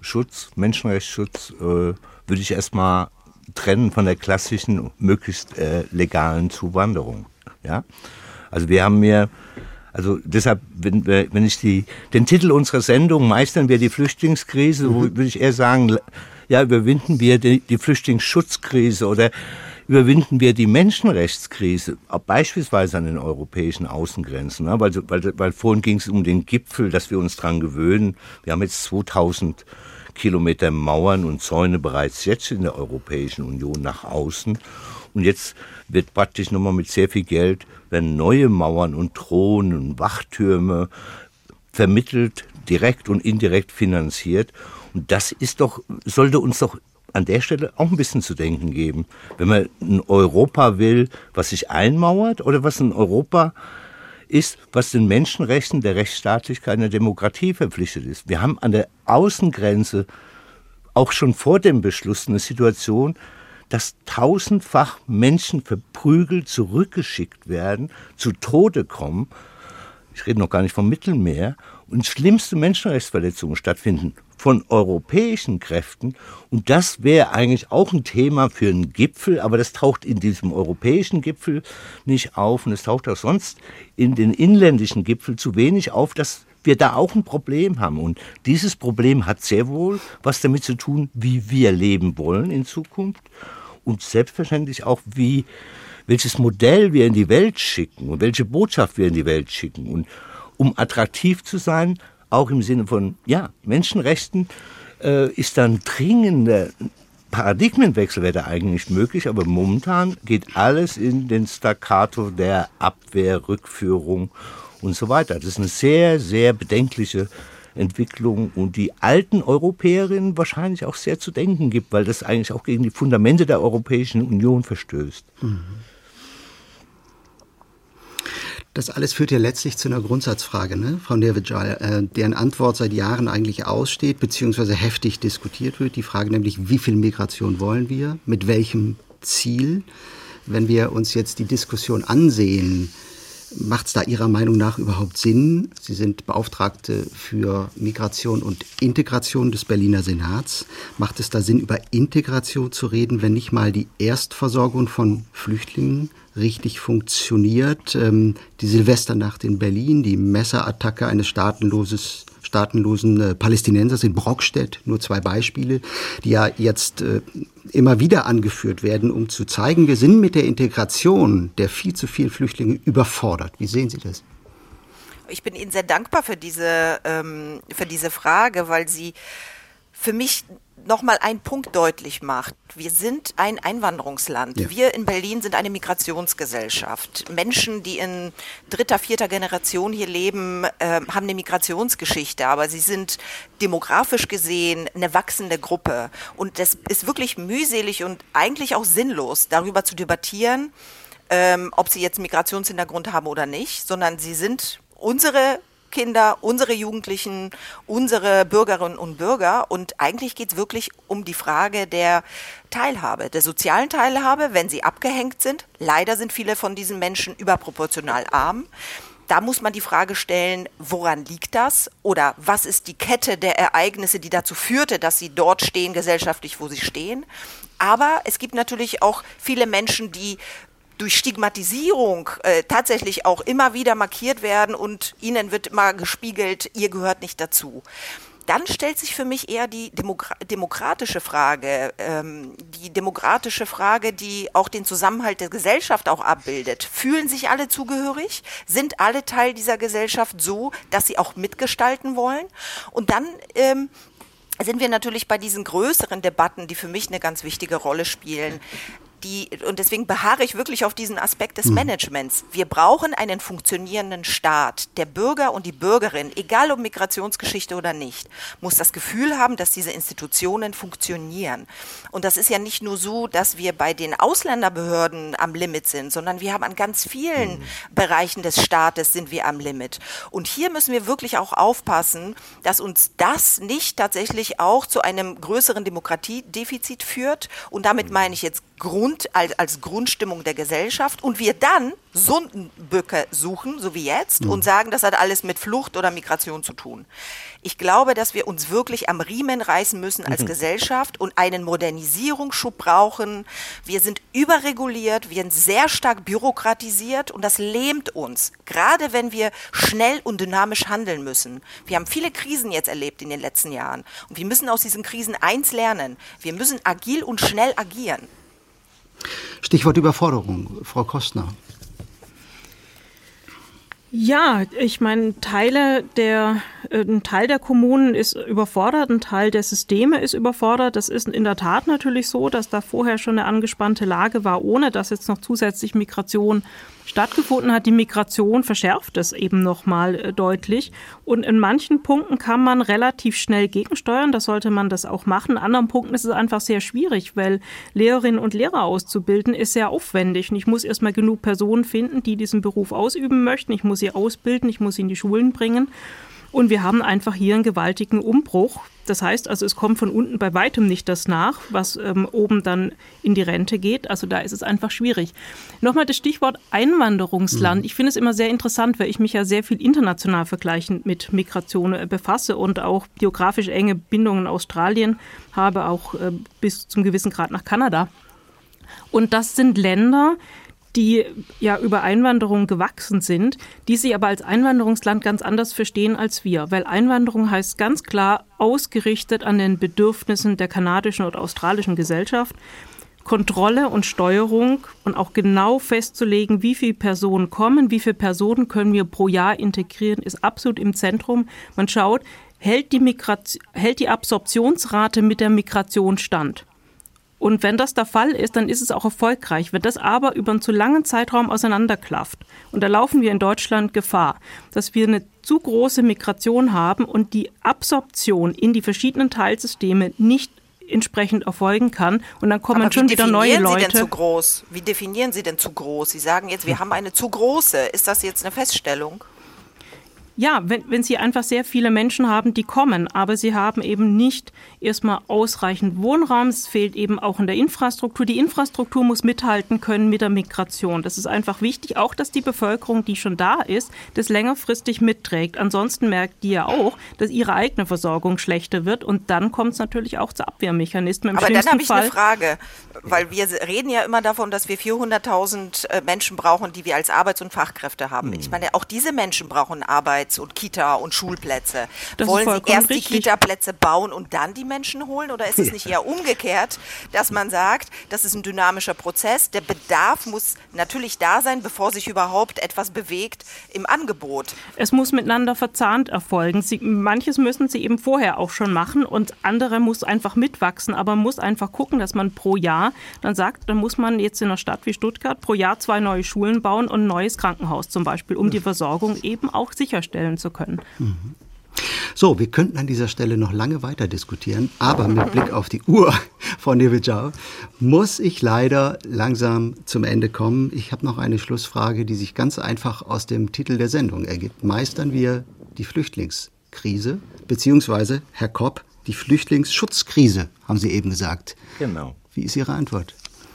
Flüchtlingsschutz, Menschenrechtsschutz, äh, würde ich erstmal trennen von der klassischen, möglichst äh, legalen Zuwanderung. Ja? Also wir haben mir, also deshalb, wenn, wenn ich die, den Titel unserer Sendung meistern wir die Flüchtlingskrise, mhm. würde ich eher sagen, ja, überwinden wir die, die Flüchtlingsschutzkrise oder überwinden wir die Menschenrechtskrise, auch beispielsweise an den europäischen Außengrenzen. Ne? Weil, weil, weil vorhin ging es um den Gipfel, dass wir uns dran gewöhnen. Wir haben jetzt zweitausend Kilometer Mauern und Zäune bereits jetzt in der Europäischen Union nach außen. Und jetzt wird praktisch nochmal mit sehr viel Geld werden neue Mauern und Thronen und Wachtürme vermittelt, direkt und indirekt finanziert. Und das ist doch, sollte uns doch an der Stelle auch ein bisschen zu denken geben. Wenn man ein Europa will, was sich einmauert, oder was ein Europa ist, was den Menschenrechten, der Rechtsstaatlichkeit und der Demokratie verpflichtet ist. Wir haben an der Außengrenze auch schon vor dem Beschluss eine Situation, dass tausendfach Menschen verprügelt zurückgeschickt werden, zu Tode kommen. Ich rede noch gar nicht vom Mittelmeer. Und schlimmste Menschenrechtsverletzungen stattfinden von europäischen Kräften. Und das wäre eigentlich auch ein Thema für einen Gipfel, aber das taucht in diesem europäischen Gipfel nicht auf. Und es taucht auch sonst in den inländischen Gipfeln zu wenig auf, dass wir da auch ein Problem haben. Und dieses Problem hat sehr wohl was damit zu tun, wie wir leben wollen in Zukunft. Und selbstverständlich auch, wie, welches Modell wir in die Welt schicken und welche Botschaft wir in die Welt schicken. Und um attraktiv zu sein, auch im Sinne von ja, Menschenrechten, äh, ist dann dringender Paradigmenwechsel wäre da eigentlich möglich, aber momentan geht alles in den Staccato der Abwehr, Rückführung und so weiter. Das ist eine sehr, sehr bedenkliche Entwicklung und die alten Europäerinnen wahrscheinlich auch sehr zu denken gibt, weil das eigentlich auch gegen die Fundamente der Europäischen Union verstößt. Mhm. Das alles führt ja letztlich zu einer Grundsatzfrage, ne, Frau Nevejal, äh, deren Antwort seit Jahren eigentlich aussteht, beziehungsweise heftig diskutiert wird. Die Frage nämlich, wie viel Migration wollen wir, mit welchem Ziel? Wenn wir uns jetzt die Diskussion ansehen, macht es da Ihrer Meinung nach überhaupt Sinn? Sie sind Beauftragte für Migration und Integration des Berliner Senats. Macht es da Sinn, über Integration zu reden, wenn nicht mal die Erstversorgung von Flüchtlingen richtig funktioniert? Ähm, die Silvesternacht in Berlin, die Messerattacke eines staatenloses, staatenlosen äh, Palästinensers in Brockstedt, nur zwei Beispiele, die ja jetzt äh, immer wieder angeführt werden, um zu zeigen, wir sind mit der Integration der viel zu vielen Flüchtlinge überfordert. Wie sehen Sie das? Ich bin Ihnen sehr dankbar für diese, ähm, für diese Frage, weil sie für mich nochmal einen Punkt deutlich macht. Wir sind ein Einwanderungsland. Ja. Wir in Berlin sind eine Migrationsgesellschaft. Menschen, die in dritter, vierter Generation hier leben, äh, haben eine Migrationsgeschichte, aber sie sind demografisch gesehen eine wachsende Gruppe. Und das ist wirklich mühselig und eigentlich auch sinnlos, darüber zu debattieren, ähm, ob sie jetzt einen Migrationshintergrund haben oder nicht, sondern sie sind unsere Kinder, unsere Jugendlichen, unsere Bürgerinnen und Bürger. Und eigentlich geht es wirklich um die Frage der Teilhabe, der sozialen Teilhabe, wenn sie abgehängt sind. Leider sind viele von diesen Menschen überproportional arm. Da muss man die Frage stellen, woran liegt das? Oder was ist die Kette der Ereignisse, die dazu führte, dass sie dort stehen, gesellschaftlich, wo sie stehen? Aber es gibt natürlich auch viele Menschen, die durch Stigmatisierung äh, tatsächlich auch immer wieder markiert werden und ihnen wird immer gespiegelt, ihr gehört nicht dazu. Dann stellt sich für mich eher die Demokra- demokratische Frage, ähm, die demokratische Frage, die auch den Zusammenhalt der Gesellschaft auch abbildet. Fühlen sich alle zugehörig? Sind alle Teil dieser Gesellschaft so, dass sie auch mitgestalten wollen? Und dann ähm, sind wir natürlich bei diesen größeren Debatten, die für mich eine ganz wichtige Rolle spielen. Die, und deswegen beharre ich wirklich auf diesen Aspekt des Managements. Wir brauchen einen funktionierenden Staat. Der Bürger und die Bürgerin, egal ob Migrationsgeschichte oder nicht, muss das Gefühl haben, dass diese Institutionen funktionieren. Und das ist ja nicht nur so, dass wir bei den Ausländerbehörden am Limit sind, sondern wir haben an ganz vielen mhm. Bereichen des Staates sind wir am Limit. Und hier müssen wir wirklich auch aufpassen, dass uns das nicht tatsächlich auch zu einem größeren Demokratiedefizit führt. Und damit meine ich jetzt Grund Grund, als, als Grundstimmung der Gesellschaft und wir dann Sündenböcke suchen, so wie jetzt, mhm. und sagen, das hat alles mit Flucht oder Migration zu tun. Ich glaube, dass wir uns wirklich am Riemen reißen müssen als mhm. Gesellschaft und einen Modernisierungsschub brauchen. Wir sind überreguliert, wir sind sehr stark bürokratisiert und das lähmt uns, gerade wenn wir schnell und dynamisch handeln müssen. Wir haben viele Krisen jetzt erlebt in den letzten Jahren und wir müssen aus diesen Krisen eins lernen. Wir müssen agil und schnell agieren. Stichwort Überforderung, Frau Kostner. Ja, ich meine, Teile der, ein Teil der Kommunen ist überfordert, ein Teil der Systeme ist überfordert. Das ist in der Tat natürlich so, dass da vorher schon eine angespannte Lage war, ohne dass jetzt noch zusätzlich Migration stattgefunden hat. Die Migration verschärft es eben nochmal deutlich. Und in manchen Punkten kann man relativ schnell gegensteuern. Da sollte man das auch machen. In anderen Punkten ist es einfach sehr schwierig, weil Lehrerinnen und Lehrer auszubilden ist sehr aufwendig. Und ich muss erstmal genug Personen finden, die diesen Beruf ausüben möchten. Ich muss sie ausbilden, ich muss sie in die Schulen bringen. Und wir haben einfach hier einen gewaltigen Umbruch. Das heißt also, es kommt von unten bei weitem nicht das nach, was ähm, oben dann in die Rente geht. Also da ist es einfach schwierig. Nochmal das Stichwort Einwanderungsland. Mhm. Ich finde es immer sehr interessant, weil ich mich ja sehr viel international vergleichend mit Migration äh, befasse und auch geografisch enge Bindungen in Australien habe, auch äh, bis zum gewissen Grad nach Kanada. Und das sind Länder, die ja über Einwanderung gewachsen sind, die sich aber als Einwanderungsland ganz anders verstehen als wir. Weil Einwanderung heißt ganz klar ausgerichtet an den Bedürfnissen der kanadischen oder australischen Gesellschaft. Kontrolle und Steuerung und auch genau festzulegen, wie viele Personen kommen, wie viele Personen können wir pro Jahr integrieren, ist absolut im Zentrum. Man schaut, hält die, Migration, hält die Absorptionsrate mit der Migration stand? Und wenn das der Fall ist, dann ist es auch erfolgreich. Wenn das aber über einen zu langen Zeitraum auseinanderklafft, und da laufen wir in Deutschland Gefahr, dass wir eine zu große Migration haben und die Absorption in die verschiedenen Teilsysteme nicht entsprechend erfolgen kann. Und dann kommen aber schon wieder neue Leute. Wie definieren Sie denn zu groß? Wie definieren Sie denn zu groß? Sie sagen jetzt, wir haben eine zu große. Ist das jetzt eine Feststellung? Ja, wenn, wenn Sie einfach sehr viele Menschen haben, die kommen, aber sie haben eben nicht erstmal ausreichend Wohnraum. Es fehlt eben auch in der Infrastruktur. Die Infrastruktur muss mithalten können mit der Migration. Das ist einfach wichtig, auch dass die Bevölkerung, die schon da ist, das längerfristig mitträgt. Ansonsten merkt die ja auch, dass ihre eigene Versorgung schlechter wird und dann kommt es natürlich auch zu Abwehrmechanismen. Im aber dann habe ich Fall, eine Frage, weil wir reden ja immer davon, dass wir vierhunderttausend Menschen brauchen, die wir als Arbeits- und Fachkräfte haben. Hm. Ich meine, auch diese Menschen brauchen Arbeit und Kita und Schulplätze. Das Wollen Sie erst richtig. die Kita-Plätze bauen und dann die Menschen holen? Oder ist es nicht eher umgekehrt, dass man sagt, das ist ein dynamischer Prozess, der Bedarf muss natürlich da sein, bevor sich überhaupt etwas bewegt im Angebot? Es muss miteinander verzahnt erfolgen. Sie, manches müssen Sie eben vorher auch schon machen und andere muss einfach mitwachsen, aber man muss einfach gucken, dass man pro Jahr dann sagt, dann muss man jetzt in einer Stadt wie Stuttgart pro Jahr zwei neue Schulen bauen und ein neues Krankenhaus zum Beispiel, um die Versorgung eben auch sicherstellen zu können. Mhm. So, wir könnten an dieser Stelle noch lange weiter diskutieren, aber mit Blick auf die Uhr, Frau Neviljau, muss ich leider langsam zum Ende kommen. Ich habe noch eine Schlussfrage, die sich ganz einfach aus dem Titel der Sendung ergibt. Meistern wir die Flüchtlingskrise, beziehungsweise, Herr Kopp, die Flüchtlingsschutzkrise, haben Sie eben gesagt. Genau. Wie ist Ihre Antwort?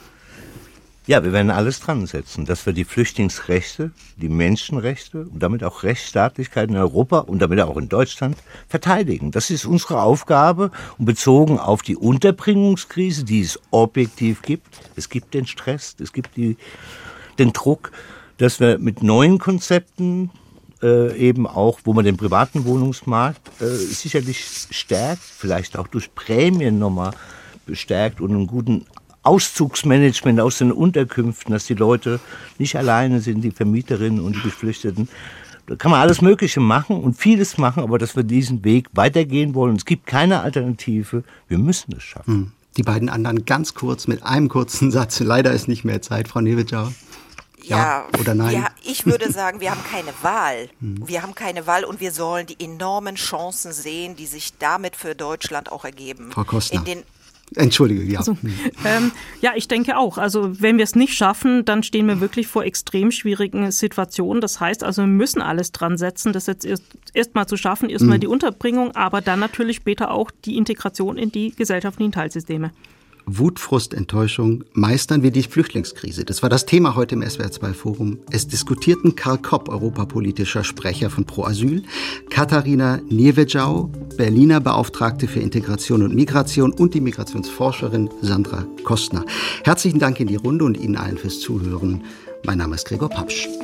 Ja, wir werden alles dran setzen, dass wir die Flüchtlingsrechte, die Menschenrechte und damit auch Rechtsstaatlichkeit in Europa und damit auch in Deutschland verteidigen. Das ist unsere Aufgabe und bezogen auf die Unterbringungskrise, die es objektiv gibt. Es gibt den Stress, es gibt die, den Druck, dass wir mit neuen Konzepten äh, eben auch, wo man den privaten Wohnungsmarkt äh, sicherlich stärkt, vielleicht auch durch Prämien nochmal bestärkt und einen guten Auszugsmanagement aus den Unterkünften, dass die Leute nicht alleine sind, die Vermieterinnen und die Geflüchteten. Da kann man alles Mögliche machen und vieles machen, aber dass wir diesen Weg weitergehen wollen. Es gibt keine Alternative. Wir müssen es schaffen. Die beiden anderen ganz kurz mit einem kurzen Satz. Leider ist nicht mehr Zeit, Frau Neviljau. Ja, ja oder nein? Ja, ich würde sagen, wir haben keine Wahl. Wir haben keine Wahl und wir sollen die enormen Chancen sehen, die sich damit für Deutschland auch ergeben. Frau Kostner. In den Entschuldige, ja. Also, ähm, ja, ich denke auch. Also wenn wir es nicht schaffen, dann stehen wir wirklich vor extrem schwierigen Situationen. Das heißt also, wir müssen alles dran setzen, das jetzt erst, erst mal zu schaffen, erstmal mhm. die Unterbringung, aber dann natürlich später auch die Integration in die gesellschaftlichen Teilsysteme. Wut, Frust, Enttäuschung, meistern wir die Flüchtlingskrise. Das war das Thema heute im S W R zwei Forum. Es diskutierten Karl Kopp, europapolitischer Sprecher von Pro Asyl, Katharina Niewiadżał, Berliner Beauftragte für Integration und Migration und die Migrationsforscherin Sandra Kostner. Herzlichen Dank in die Runde und Ihnen allen fürs Zuhören. Mein Name ist Gregor Papsch.